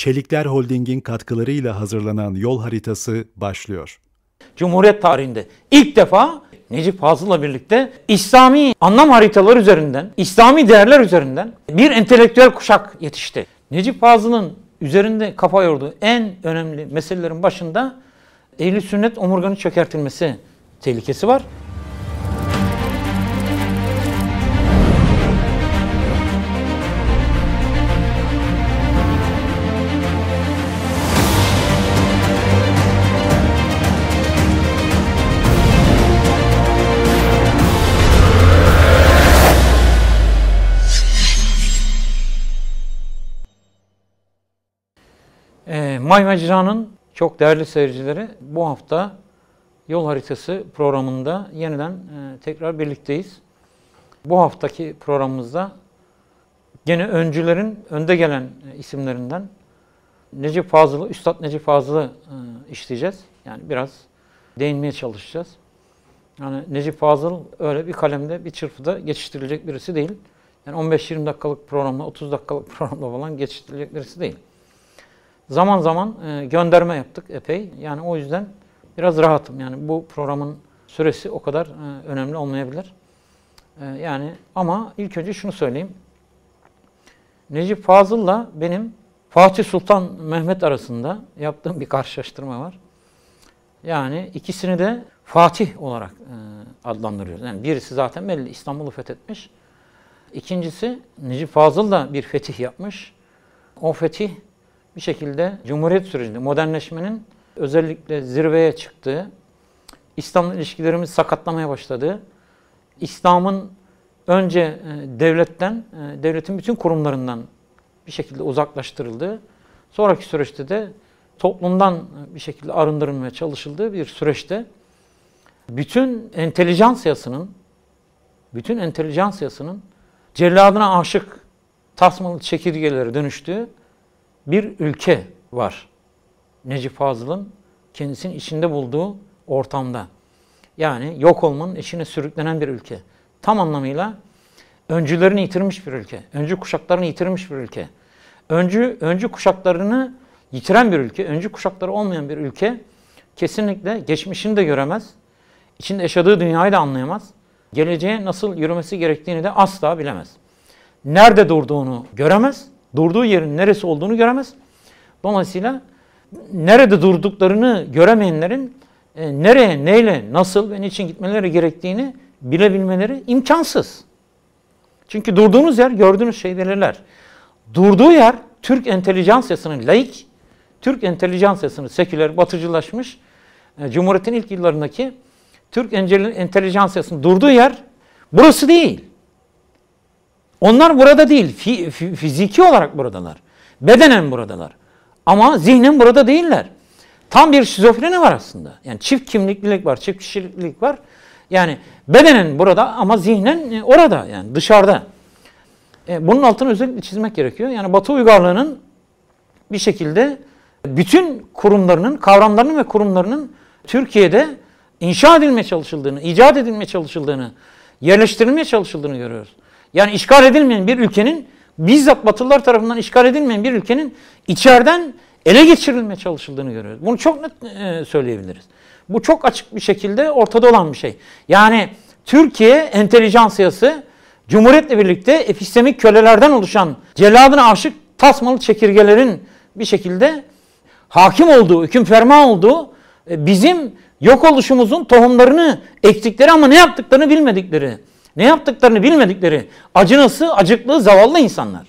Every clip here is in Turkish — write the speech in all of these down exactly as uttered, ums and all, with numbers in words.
Çelikler Holding'in katkılarıyla hazırlanan yol haritası başlıyor. Cumhuriyet tarihinde ilk defa Necip Fazıl'la birlikte İslami anlam haritaları üzerinden, İslami değerler üzerinden bir entelektüel kuşak yetişti. Necip Fazıl'ın üzerinde kafa yorduğu en önemli meselelerin başında ehl-i sünnet omurganın çökertilmesi tehlikesi var. E, May Mecra'nın çok değerli seyircileri, bu hafta yol haritası programında yeniden e, tekrar birlikteyiz. Bu haftaki programımızda gene öncülerin önde gelen e, isimlerinden Necip Fazıl'ı, Üstad Necip Fazıl'ı e, işleyeceğiz. Yani biraz değinmeye çalışacağız. Yani Necip Fazıl öyle bir kalemde, bir çırpıda geçiştirilecek birisi değil. Yani on beş yirmi dakikalık programla, otuz dakikalık programla falan geçiştirilecek birisi değil. Zaman zaman e, gönderme yaptık epey. Yani o yüzden biraz rahatım. Yani bu programın süresi o kadar e, önemli olmayabilir. E, yani ama ilk önce şunu söyleyeyim. Necip Fazıl'la benim Fatih Sultan Mehmet arasında yaptığım bir karşılaştırma var. Yani ikisini de Fatih olarak e, adlandırıyoruz. Yani birisi zaten belli İstanbul'u fethetmiş. İkincisi Necip Fazıl da bir fetih yapmış. O fetih bir şekilde Cumhuriyet sürecinde modernleşmenin özellikle zirveye çıktığı, İslam'la ilişkilerimiz sakatlamaya başladığı, İslam'ın önce devletten, devletin bütün kurumlarından bir şekilde uzaklaştırıldığı, sonraki süreçte de toplumdan bir şekilde arındırılmaya çalışıldığı bir süreçte bütün entelijansiyasının, bütün entelijansiyasının celladına aşık tasmalı çekirgelere dönüştüğü bir ülke var. Necip Fazıl'ın kendisinin içinde bulduğu ortamda. Yani yok olmanın içine sürüklenen bir ülke. Tam anlamıyla öncülerini yitirmiş bir ülke. Öncü kuşaklarını yitirmiş bir ülke. Öncü, öncü kuşaklarını yitiren bir ülke. Öncü kuşakları olmayan bir ülke kesinlikle geçmişini de göremez. İçinde yaşadığı dünyayı da anlayamaz. Geleceğe nasıl yürümesi gerektiğini de asla bilemez. Nerede durduğunu göremez. Durduğu yerin neresi olduğunu göremez. Dolayısıyla nerede durduklarını göremeyenlerin e, nereye, neyle, nasıl ve niçin gitmeleri gerektiğini bilebilmeleri imkansız. Çünkü durduğunuz yer gördüğünüz şey belirler. Durduğu yer Türk entelijansiyasının laik, Türk entelijansiyasının seküler, batıcılaşmış, e, Cumhuriyet'in ilk yıllarındaki Türk entelijansiyasının durduğu yer burası değil. Onlar burada değil, fi, fi, fiziki olarak buradalar. Bedenen buradalar. Ama zihnen burada değiller. Tam bir şizofreni var aslında. Yani çift kimliklilik var, çift kişiliklik var. Yani bedenen burada ama zihnen orada, yani dışarıda. E, bunun altını özellikle çizmek gerekiyor. Yani Batı uygarlığının bir şekilde bütün kurumlarının, kavramlarının ve kurumlarının Türkiye'de inşa edilmeye çalışıldığını, icat edilmeye çalışıldığını, yerleştirilmeye çalışıldığını görüyoruz. Yani işgal edilmeyen bir ülkenin, bizzat Batılılar tarafından işgal edilmeyen bir ülkenin içeriden ele geçirilmeye çalışıldığını görüyoruz. Bunu çok net e, söyleyebiliriz. Bu çok açık bir şekilde ortada olan bir şey. Yani Türkiye entelijansiyası, Cumhuriyet'le birlikte epistemik kölelerden oluşan celladına aşık tasmalı çekirgelerin bir şekilde hakim olduğu, hüküm ferma olduğu, e, bizim yok oluşumuzun tohumlarını ektikleri ama ne yaptıklarını bilmedikleri, ne yaptıklarını bilmedikleri acınası, acıklı, zavallı insanlar.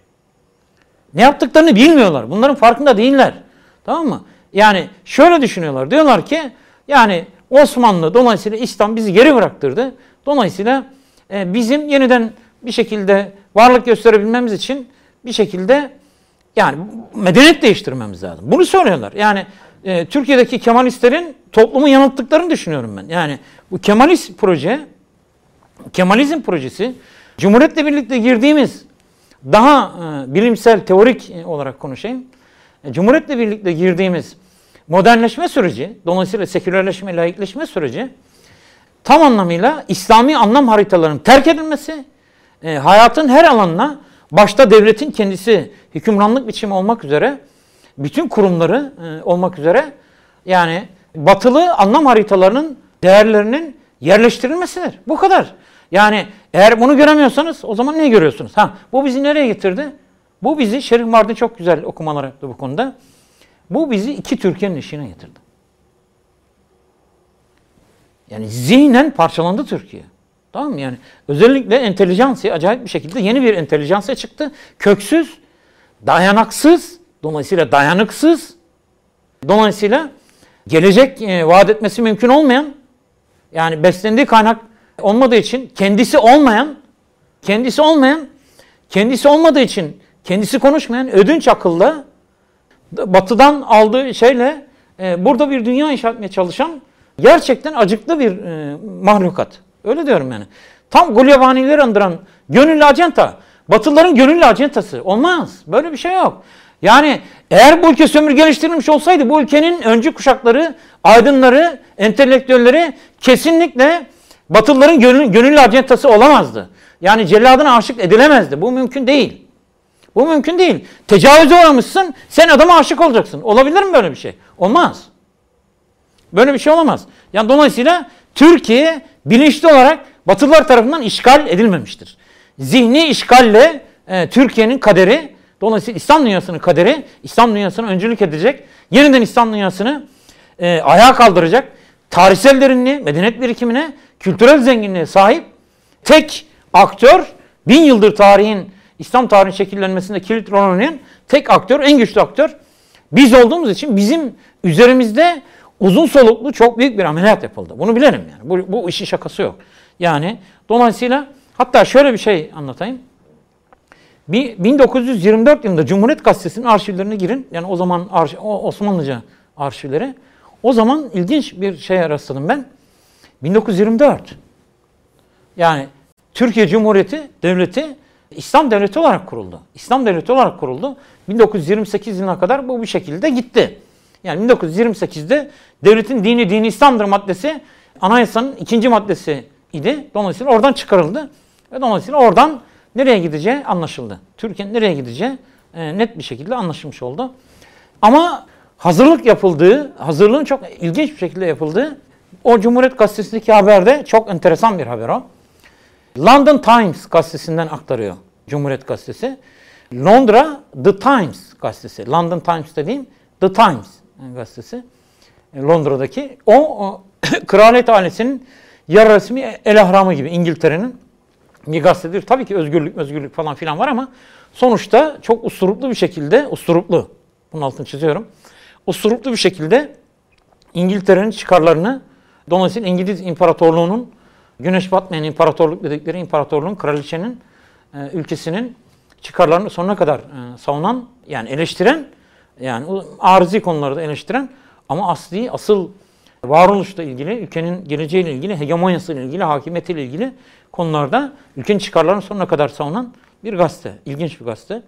Ne yaptıklarını bilmiyorlar. Bunların farkında değiller. Tamam mı? Yani şöyle düşünüyorlar. Diyorlar ki yani Osmanlı dolayısıyla İslam bizi geri bıraktırdı. Dolayısıyla e, bizim yeniden bir şekilde varlık gösterebilmemiz için bir şekilde yani medeniyet değiştirmemiz lazım. Bunu söylüyorlar. Yani e, Türkiye'deki Kemalistlerin toplumu yanılttıklarını düşünüyorum ben. Yani bu Kemalist proje, Kemalizm projesi, Cumhuriyet'le birlikte girdiğimiz daha e, bilimsel, teorik e, olarak konuşayım. E, Cumhuriyet'le birlikte girdiğimiz modernleşme süreci, dolayısıyla sekülerleşme, laikleşme süreci tam anlamıyla İslami anlam haritalarının terk edilmesi, e, hayatın her alanına, başta devletin kendisi hükümranlık biçimi olmak üzere bütün kurumları e, olmak üzere yani batılı anlam haritalarının değerlerinin yerleştirilmesidir. Bu kadar. Yani eğer bunu göremiyorsanız o zaman ne görüyorsunuz? Ha, bu bizi nereye getirdi? Bu bizi, Şerif Mardin çok güzel okumalar yaptı bu konuda. Bu bizi iki Türkiye'nin eşiğine getirdi. Yani zihnen parçalandı Türkiye. Tamam mı? Yani özellikle entelijansiya acayip bir şekilde yeni bir entelijansiya çıktı. Köksüz, dayanaksız, dolayısıyla dayanıksız, dolayısıyla gelecek e, vaat etmesi mümkün olmayan, yani beslendiği kaynak olmadığı için kendisi olmayan, kendisi olmayan, kendisi olmadığı için kendisi konuşmayan ödünç akılla batıdan aldığı şeyle e, burada bir dünya inşa etmeye çalışan gerçekten acıklı bir e, mahlukat. Öyle diyorum yani. Tam Gulyabani'leri andıran gönüllü acenta. Batılıların gönüllü acentası. Olmaz. Böyle bir şey yok. Yani eğer bu ülke sömürgeleştirilmiş olsaydı bu ülkenin öncü kuşakları, aydınları, entelektüelleri kesinlikle Batılıların gönüllü, gönüllü acentası olamazdı. Yani celladına aşık edilemezdi. Bu mümkün değil. Bu mümkün değil. Tecavüze uğramışsın, sen adama aşık olacaksın. Olabilir mi böyle bir şey? Olmaz. Böyle bir şey olamaz. Yani dolayısıyla Türkiye bilinçli olarak Batılılar tarafından işgal edilmemiştir. Zihni işgalle e, Türkiye'nin kaderi, dolayısıyla İslam dünyasının kaderi, İslam dünyasına öncülük edecek, yeniden İslam dünyasını e, ayağa kaldıracak, tarihsel derinliğe, medeniyet birikimine, kültürel zenginliğe sahip tek aktör, bin yıldır tarihin, İslam tarihinin şekillenmesinde kilit rol oynayan tek aktör, en güçlü aktör biz olduğumuz için bizim üzerimizde uzun soluklu çok büyük bir ameliyat yapıldı. Bunu bilelim yani. Bu, bu işin şakası yok. Yani dolayısıyla hatta şöyle bir şey anlatayım. bin dokuz yüz yirmi dört yılında Cumhuriyet Gazetesi'nin arşivlerine girin. Yani o zaman arşiv, o Osmanlıca arşivleri. O zaman ilginç bir şeye rastladım ben. bin dokuz yüz yirmi dört. Yani Türkiye Cumhuriyeti Devleti İslam Devleti olarak kuruldu. İslam Devleti olarak kuruldu. bin dokuz yüz yirmi sekiz yılına kadar bu bir şekilde gitti. Yani bin dokuz yüz yirmi sekizde devletin dini dini İslam'dır maddesi anayasanın ikinci maddesi idi. Dolayısıyla oradan çıkarıldı. Ve dolayısıyla oradan nereye gideceği anlaşıldı. Türkiye'nin nereye gideceği e, net bir şekilde anlaşılmış oldu. Ama hazırlık yapıldığı, hazırlığın çok ilginç bir şekilde yapıldığı o Cumhuriyet Gazetesi'ndeki haberde çok enteresan bir haber o. London Times gazetesinden aktarıyor Cumhuriyet Gazetesi. Londra The Times gazetesi. London Times dediğim The Times gazetesi. Londra'daki. O, o kraliyet ailesinin yarı resmi el ahramı gibi İngiltere'nin bir gazetedir. Tabii ki özgürlük özgürlük falan filan var ama sonuçta çok usturuplu bir şekilde, usturuplu, bunun altını çiziyorum, usturuplu bir şekilde İngiltere'nin çıkarlarını, dolayısıyla İngiliz İmparatorluğu'nun, güneş batmayan imparatorluk dedikleri imparatorluğun, kraliçenin, e, ülkesinin çıkarlarını sonuna kadar e, savunan, yani eleştiren, yani arızi konuları da eleştiren ama asli, asıl varoluşla ilgili, ülkenin geleceğiyle ilgili, hegemonyasıyla ilgili, hakimiyetiyle ilgili konularda ülkenin çıkarlarını sonuna kadar savunan bir gazete. İlginç bir gazete.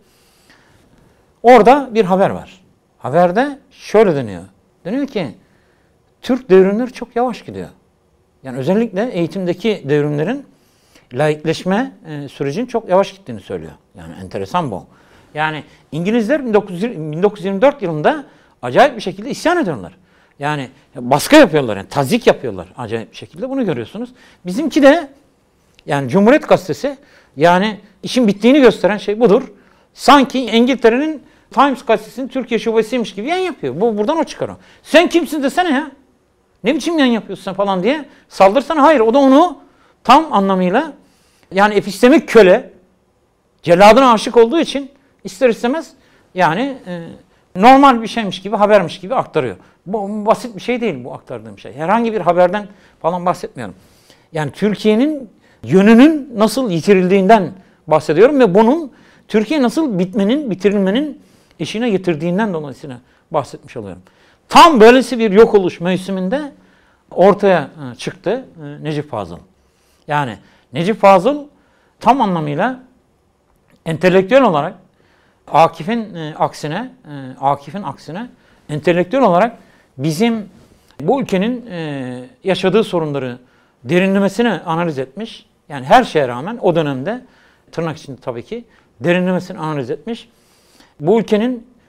Orada bir haber var. Haberde şöyle deniyor. Deniyor ki Türk devrimleri çok yavaş gidiyor. Yani özellikle eğitimdeki devrimlerin laikleşme e, sürecinin çok yavaş gittiğini söylüyor. Yani enteresan bu. Yani İngilizler bin dokuz yüz yirmi dört yılında acayip bir şekilde isyan ediyorlar. Yani baskı yapıyorlar, yani tazyik yapıyorlar acayip bir şekilde. Bunu görüyorsunuz. Bizimki de yani Cumhuriyet Gazetesi, yani işin bittiğini gösteren şey budur. Sanki İngiltere'nin Times Gazetesi'nin Türkiye şubesiymiş gibi yayın yapıyor. Bu buradan o çıkarıyor. Sen kimsin desene ya. Ne biçim yayın yapıyorsun sen falan diye saldırsana. Hayır, o da onu tam anlamıyla yani epistemik köle, celladına aşık olduğu için ister istemez yani e, normal bir şeymiş gibi, habermiş gibi aktarıyor. Bu basit bir şey değil bu aktardığım şey. Herhangi bir haberden falan bahsetmiyorum. Yani Türkiye'nin yönünün nasıl yitirildiğinden bahsediyorum ve bunun Türkiye nasıl bitmenin, bitirilmenin eşiğine getirdiğinden dolayısıyla bahsetmiş oluyorum. Tam böylesi bir yok oluş mevsiminde ortaya çıktı Necip Fazıl. Yani Necip Fazıl tam anlamıyla entelektüel olarak Akif'in aksine, Akif'in aksine entelektüel olarak bizim bu ülkenin yaşadığı sorunları derinlemesine analiz etmiş. Yani her şeye rağmen o dönemde tırnak içinde tabii ki derinlemesine analiz etmiş. Bu ülkenin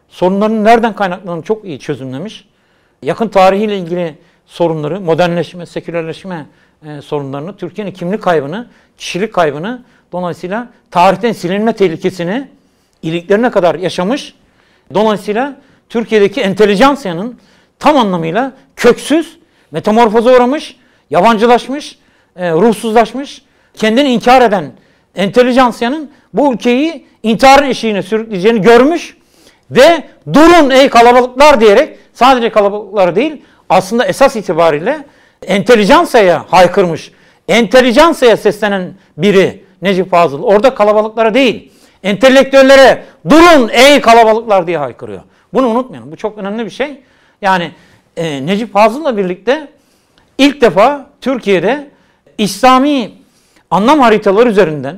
sorunların nereden kaynaklandığını çok iyi çözümlemiş. Yakın tarihiyle ilgili sorunları, modernleşme, sekülerleşme e, sorunlarını, Türkiye'nin kimlik kaybını, kişilik kaybını, dolayısıyla tarihten silinme tehlikesini iliklerine kadar yaşamış. Dolayısıyla Türkiye'deki entelijansiyanın tam anlamıyla köksüz, metamorfoza uğramış, yabancılaşmış, e, ruhsuzlaşmış, kendini inkar eden entelijansiyanın bu ülkeyi intiharın eşiğine sürükleyeceğini görmüş ve durun ey kalabalıklar diyerek sadece kalabalıkları değil, aslında esas itibariyle entelijansiyaya haykırmış, entelijansiyaya seslenen biri Necip Fazıl. Orada kalabalıklara değil, entelektüellere durun ey kalabalıklar diye haykırıyor. Bunu unutmayalım. Bu çok önemli bir şey. Yani e, Necip Fazıl'la birlikte ilk defa Türkiye'de İslami anlam haritaları üzerinden,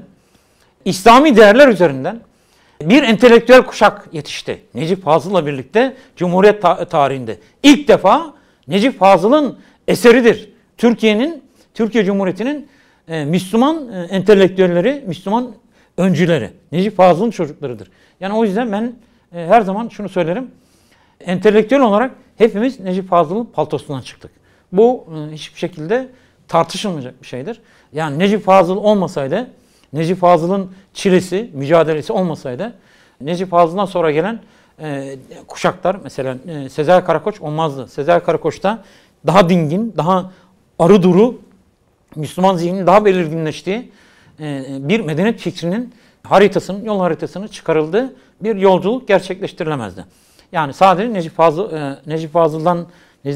İslami değerler üzerinden bir entelektüel kuşak yetişti. Necip Fazıl'la birlikte Cumhuriyet ta- tarihinde. İlk defa Necip Fazıl'ın eseridir. Türkiye'nin, Türkiye Cumhuriyeti'nin e, Müslüman e, entelektüelleri, Müslüman öncüleri. Necip Fazıl'ın çocuklarıdır. Yani o yüzden ben e, her zaman şunu söylerim. Entelektüel olarak hepimiz Necip Fazıl'ın paltosundan çıktık. Bu e, hiçbir şekilde tartışılmayacak bir şeydir. Yani Necip Fazıl olmasaydı, Necip Fazıl'ın çilesi, mücadelesi olmasaydı, Necip Fazıl'dan sonra gelen e, kuşaklar, mesela e, Sezai Karakoç olmazdı. Sezai Karakoç'ta daha dingin, daha arı duru, Müslüman zihninin daha belirginleştiği e, bir medeniyet fikrinin haritasının, yol haritasının çıkarıldığı bir yolculuk gerçekleştirilemezdi. Yani sadece Necip Fazıl, e, Necip Fazıl'dan e,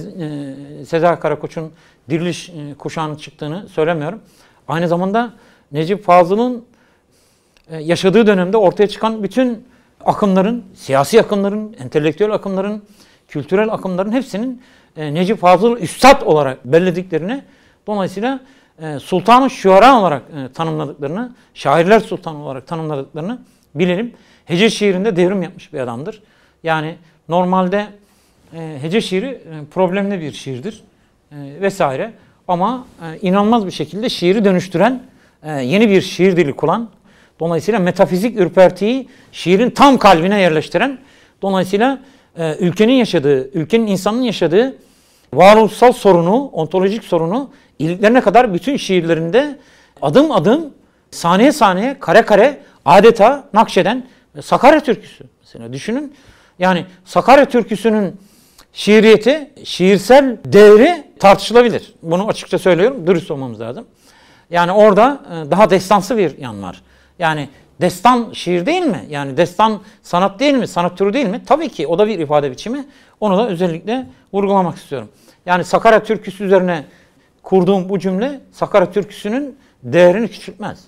Sezai Karakoç'un diriliş e, kuşağının çıktığını söylemiyorum. Aynı zamanda Necip Fazıl'ın e, yaşadığı dönemde ortaya çıkan bütün akımların, siyasi akımların, entelektüel akımların, kültürel akımların hepsinin e, Necip Fazıl üstad olarak belirlediklerini, dolayısıyla e, Sultan-ı Şuara olarak e, tanımladıklarını, şairler sultanı olarak tanımladıklarını bilelim. Hece şiirinde devrim yapmış bir adamdır. Yani normalde e, hece şiiri e, problemli bir şiirdir e, vesaire. Ama e, inanılmaz bir şekilde şiiri dönüştüren, e, yeni bir şiir dili kuran, dolayısıyla metafizik ürpertiyi şiirin tam kalbine yerleştiren, dolayısıyla e, ülkenin yaşadığı, ülkenin insanın yaşadığı varoluşsal sorunu, ontolojik sorunu iliklerine kadar bütün şiirlerinde adım adım, saniye saniye, kare kare adeta nakşeden Sakarya türküsü. Mesela düşünün, yani Sakarya türküsünün şiiriyeti, şiirsel değeri tartışılabilir. Bunu açıkça söylüyorum, dürüst olmamız lazım. Yani orada daha destansı bir yan var. Yani destan şiir değil mi? Yani destan sanat değil mi? Sanat türü değil mi? Tabii ki o da bir ifade biçimi. Onu da özellikle vurgulamak istiyorum. Yani Sakarya türküsü üzerine kurduğum bu cümle Sakarya türküsünün değerini küçültmez.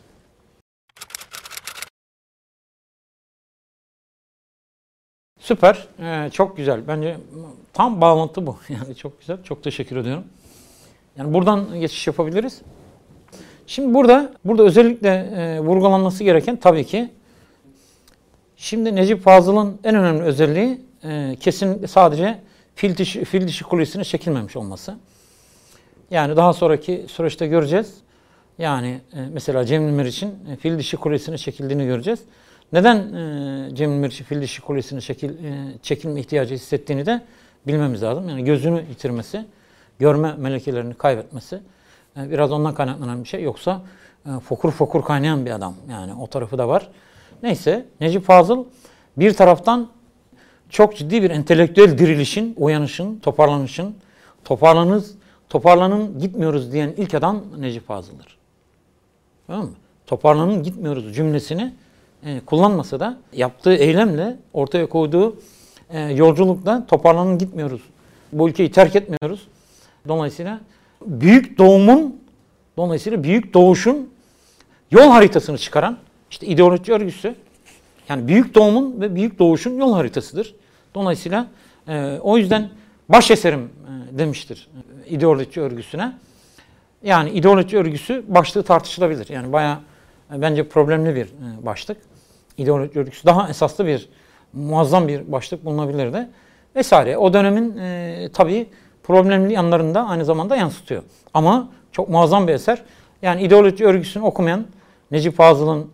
Süper, ee, çok güzel. Bence tam bağlantı bu. Yani çok güzel, çok teşekkür ediyorum. Yani buradan geçiş yapabiliriz. Şimdi burada, burada özellikle e, vurgulanması gereken tabii ki, şimdi Necip Fazıl'ın en önemli özelliği e, kesinlikle sadece fil dişi, fil dişi kulesine çekilmemiş olması. Yani daha sonraki süreçte göreceğiz. Yani e, mesela Cemil Meriç'in e, fil dişi kulesine çekildiğini göreceğiz. Neden e, Cemil Meriç'in fil dişi kulesine çekil, e, çekilme ihtiyacı hissettiğini de bilmemiz lazım. Yani gözünü yitirmesi, görme melekelerini kaybetmesi e, biraz ondan kaynaklanan bir şey. Yoksa e, fokur fokur kaynayan bir adam. Yani o tarafı da var. Neyse, Necip Fazıl bir taraftan çok ciddi bir entelektüel dirilişin, uyanışın, toparlanışın, toparlanız, toparlanın gitmiyoruz diyen ilk adam Necip Fazıl'dır. Tamam mı? Toparlanın gitmiyoruz cümlesini e, kullanmasa da yaptığı eylemle, ortaya koyduğu e, yolculukla toparlanın gitmiyoruz. Bu ülkeyi terk etmiyoruz. Dolayısıyla büyük doğumun, dolayısıyla büyük doğuşun yol haritasını çıkaran işte ideoloji örgüsü, yani büyük doğumun ve büyük doğuşun yol haritasıdır. Dolayısıyla e, o yüzden baş eserim e, demiştir e, ideoloji örgüsüne. Yani ideoloji örgüsü başlığı tartışılabilir. Yani bayağı e, bence problemli bir e, başlık. İdeoloji örgüsü daha esaslı bir, muazzam bir başlık bulunabilirdi. Vesaire. O dönemin e, tabii problemli yanlarını da aynı zamanda yansıtıyor. Ama çok muazzam bir eser. Yani ideoloji örgüsünü okumayan, Necip Fazıl'ın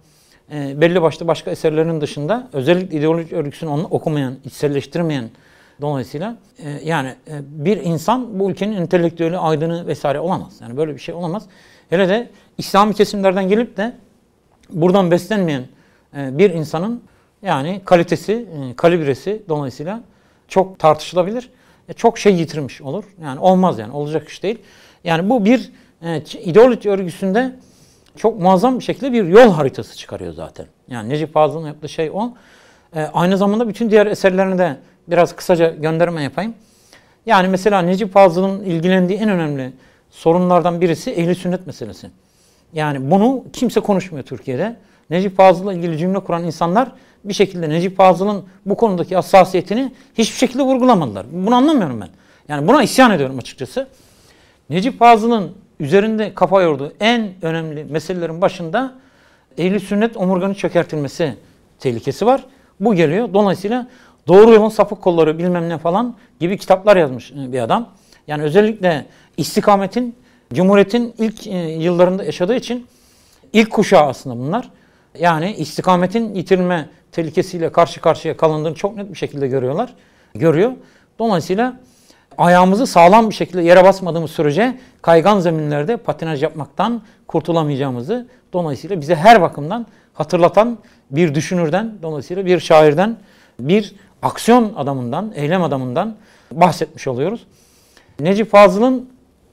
e, belli başlı başka eserlerinin dışında özellikle ideolojik örgüsünü onu okumayan, içselleştirmeyen dolayısıyla e, yani e, bir insan bu ülkenin entelektüeli, aydını vesaire olamaz. Yani böyle bir şey olamaz. Hele de İslami kesimlerden gelip de buradan beslenmeyen e, bir insanın yani kalitesi, e, kalibresi dolayısıyla çok tartışılabilir. E, çok şey yitirmiş olur. Yani olmaz yani. Olacak iş değil. Yani bu bir e, ideoloji örgüsünde çok muazzam bir şekilde bir yol haritası çıkarıyor zaten. Yani Necip Fazıl'ın yaptığı şey o. E, aynı zamanda bütün diğer eserlerine de biraz kısaca gönderme yapayım. Yani mesela Necip Fazıl'ın ilgilendiği en önemli sorunlardan birisi ehli sünnet meselesi. Yani bunu kimse konuşmuyor Türkiye'de. Necip Fazıl'la ilgili cümle kuran insanlar bir şekilde Necip Fazıl'ın bu konudaki hassasiyetini hiçbir şekilde vurgulamadılar. Bunu anlamıyorum ben. Yani buna isyan ediyorum açıkçası. Necip Fazıl'ın üzerinde kafa yorduğu en önemli meselelerin başında ehli sünnet omurganın çökertilmesi tehlikesi var. Bu geliyor. Dolayısıyla Doğru Yolun Sapık Kolları bilmem ne falan gibi kitaplar yazmış bir adam. Yani özellikle istikametin, Cumhuriyet'in ilk yıllarında yaşadığı için ilk kuşağı aslında bunlar. Yani istikametin yitirilme tehlikesiyle karşı karşıya kalındığını çok net bir şekilde görüyorlar. Görüyor. Dolayısıyla ayağımızı sağlam bir şekilde yere basmadığımız sürece kaygan zeminlerde patinaj yapmaktan kurtulamayacağımızı dolayısıyla bize her bakımdan hatırlatan bir düşünürden, dolayısıyla bir şairden, bir aksiyon adamından, eylem adamından bahsetmiş oluyoruz. Necip Fazıl'ın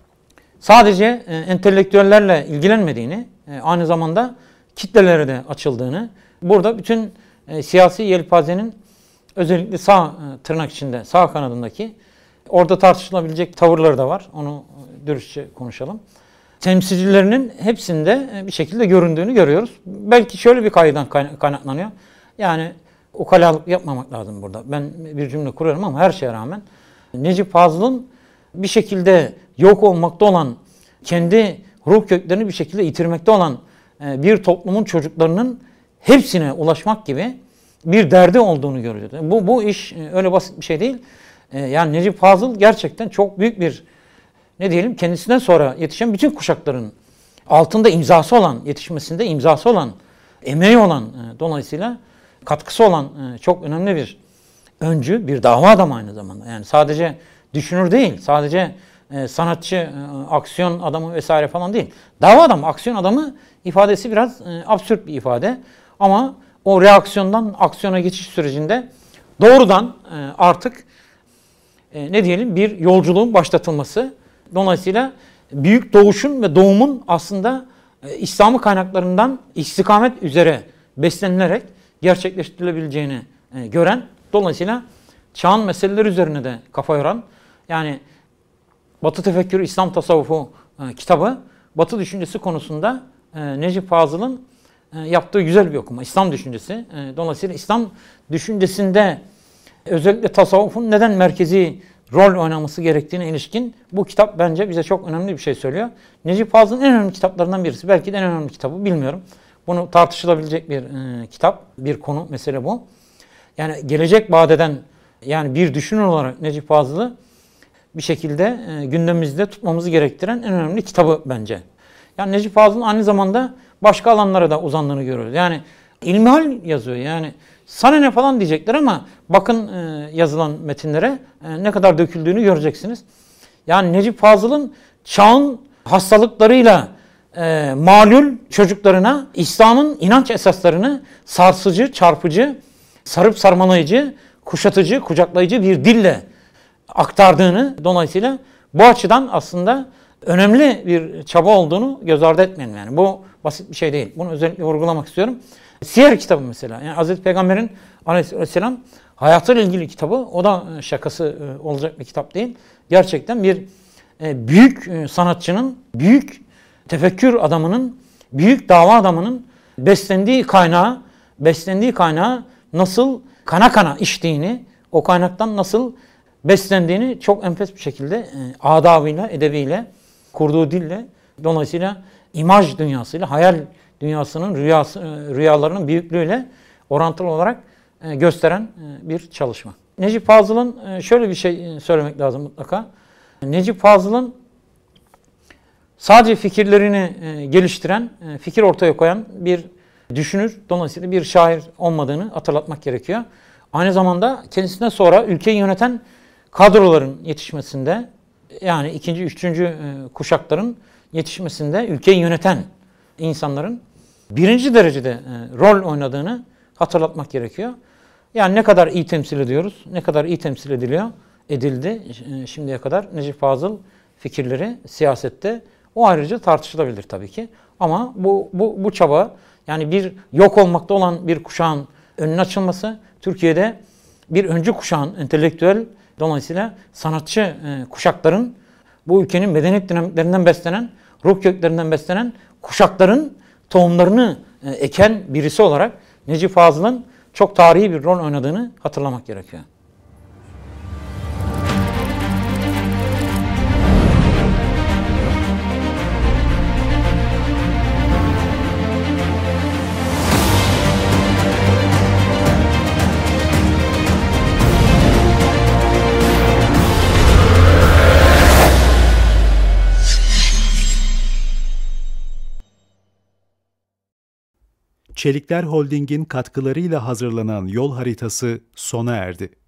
sadece e, entelektüellerle ilgilenmediğini, e, aynı zamanda kitlelere de açıldığını, burada bütün e, siyasi yelpazenin özellikle sağ e, tırnak içinde, sağ kanadındaki orada tartışılabilecek tavırları da var. Onu e, dürüstçe konuşalım. Temsilcilerinin hepsinde e, bir şekilde göründüğünü görüyoruz. Belki şöyle bir kayıdan kaynaklanıyor. Yani ukalalık yapmamak lazım burada. Ben bir cümle kuruyorum ama her şeye rağmen Necip Fazıl'ın bir şekilde yok olmakta olan, kendi ruh köklerini bir şekilde yitirmekte olan bir toplumun çocuklarının hepsine ulaşmak gibi bir derdi olduğunu görüyoruz. Bu, bu iş öyle basit bir şey değil. Yani Necip Fazıl gerçekten çok büyük bir, ne diyelim, kendisinden sonra yetişen bütün kuşakların altında imzası olan, yetişmesinde imzası olan, emeği olan, dolayısıyla katkısı olan çok önemli bir öncü, bir dava adamı aynı zamanda. Yani sadece düşünür değil, sadece e, sanatçı, e, aksiyon adamı vesaire falan değil. Dava adamı, aksiyon adamı ifadesi biraz e, absürt bir ifade. Ama o reaksiyondan aksiyona geçiş sürecinde doğrudan e, artık e, ne diyelim bir yolculuğun başlatılması. Dolayısıyla büyük doğuşun ve doğumun aslında e, İslami kaynaklarından istikamet üzere beslenilerek gerçekleştirilebileceğini e, gören, dolayısıyla çağın meseleleri üzerine de kafa yoran, yani Batı Tefekkürü, İslam Tasavvufu e, kitabı, Batı düşüncesi konusunda e, Necip Fazıl'ın e, yaptığı güzel bir okuma. İslam düşüncesi. E, dolayısıyla İslam düşüncesinde özellikle tasavvufun neden merkezi rol oynaması gerektiğine ilişkin bu kitap bence bize çok önemli bir şey söylüyor. Necip Fazıl'ın en önemli kitaplarından birisi. Belki de en önemli kitabı, bilmiyorum. Bunu tartışılabilecek bir e, kitap, bir konu, mesele bu. Yani gelecek vadeden, yani bir düşünür olarak Necip Fazıl'ı bir şekilde e, gündemimizde tutmamızı gerektiren en önemli kitabı bence. Yani Necip Fazıl'ın aynı zamanda başka alanlara da uzandığını görüyoruz. Yani ilmihal yazıyor. Yani sana ne falan diyecekler ama bakın e, yazılan metinlere e, ne kadar döküldüğünü göreceksiniz. Yani Necip Fazıl'ın çağın hastalıklarıyla e, malul çocuklarına İslam'ın inanç esaslarını sarsıcı, çarpıcı, sarıp sarmalayıcı, kuşatıcı, kucaklayıcı bir dille aktardığını, dolayısıyla bu açıdan aslında önemli bir çaba olduğunu göz ardı etmeyelim. Yani bu basit bir şey değil. Bunu özellikle vurgulamak istiyorum. Siyer kitabı mesela. Yani Hazreti Peygamber'in aleyhisselam hayatıyla ilgili kitabı. O da şakası olacak bir kitap değil. Gerçekten bir büyük sanatçının, büyük tefekkür adamının, büyük dava adamının beslendiği kaynağı, beslendiği kaynağı nasıl kana kana içtiğini, o kaynaktan nasıl beslendiğini çok enfes bir şekilde e, adabıyla, edebiyle, kurduğu dille, dolayısıyla imaj dünyasıyla, hayal dünyasının rüyası, e, rüyalarının büyüklüğüyle orantılı olarak e, gösteren e, bir çalışma. Necip Fazıl'ın e, şöyle bir şey söylemek lazım mutlaka. Necip Fazıl'ın sadece fikirlerini e, geliştiren, e, fikir ortaya koyan bir düşünür. Dolayısıyla bir şair olmadığını hatırlatmak gerekiyor. Aynı zamanda kendisinden sonra ülkeyi yöneten kadroların yetişmesinde, yani ikinci, üçüncü kuşakların yetişmesinde ülkeyi yöneten insanların birinci derecede rol oynadığını hatırlatmak gerekiyor. Yani ne kadar iyi temsil ediyoruz, ne kadar iyi temsil ediliyor, edildi şimdiye kadar Necip Fazıl fikirleri siyasette, o ayrıca tartışılabilir tabii ki. Ama bu, bu, bu çaba, yani bir yok olmakta olan bir kuşağın önüne açılması, Türkiye'de bir öncü kuşağın entelektüel, dolayısıyla sanatçı e, kuşakların, bu ülkenin medeniyet dinamiklerinden beslenen, ruh köklerinden beslenen kuşakların tohumlarını e, eken birisi olarak Necip Fazıl'ın çok tarihi bir rol oynadığını hatırlamak gerekiyor. Çelikler Holding'in katkılarıyla hazırlanan yol haritası sona erdi.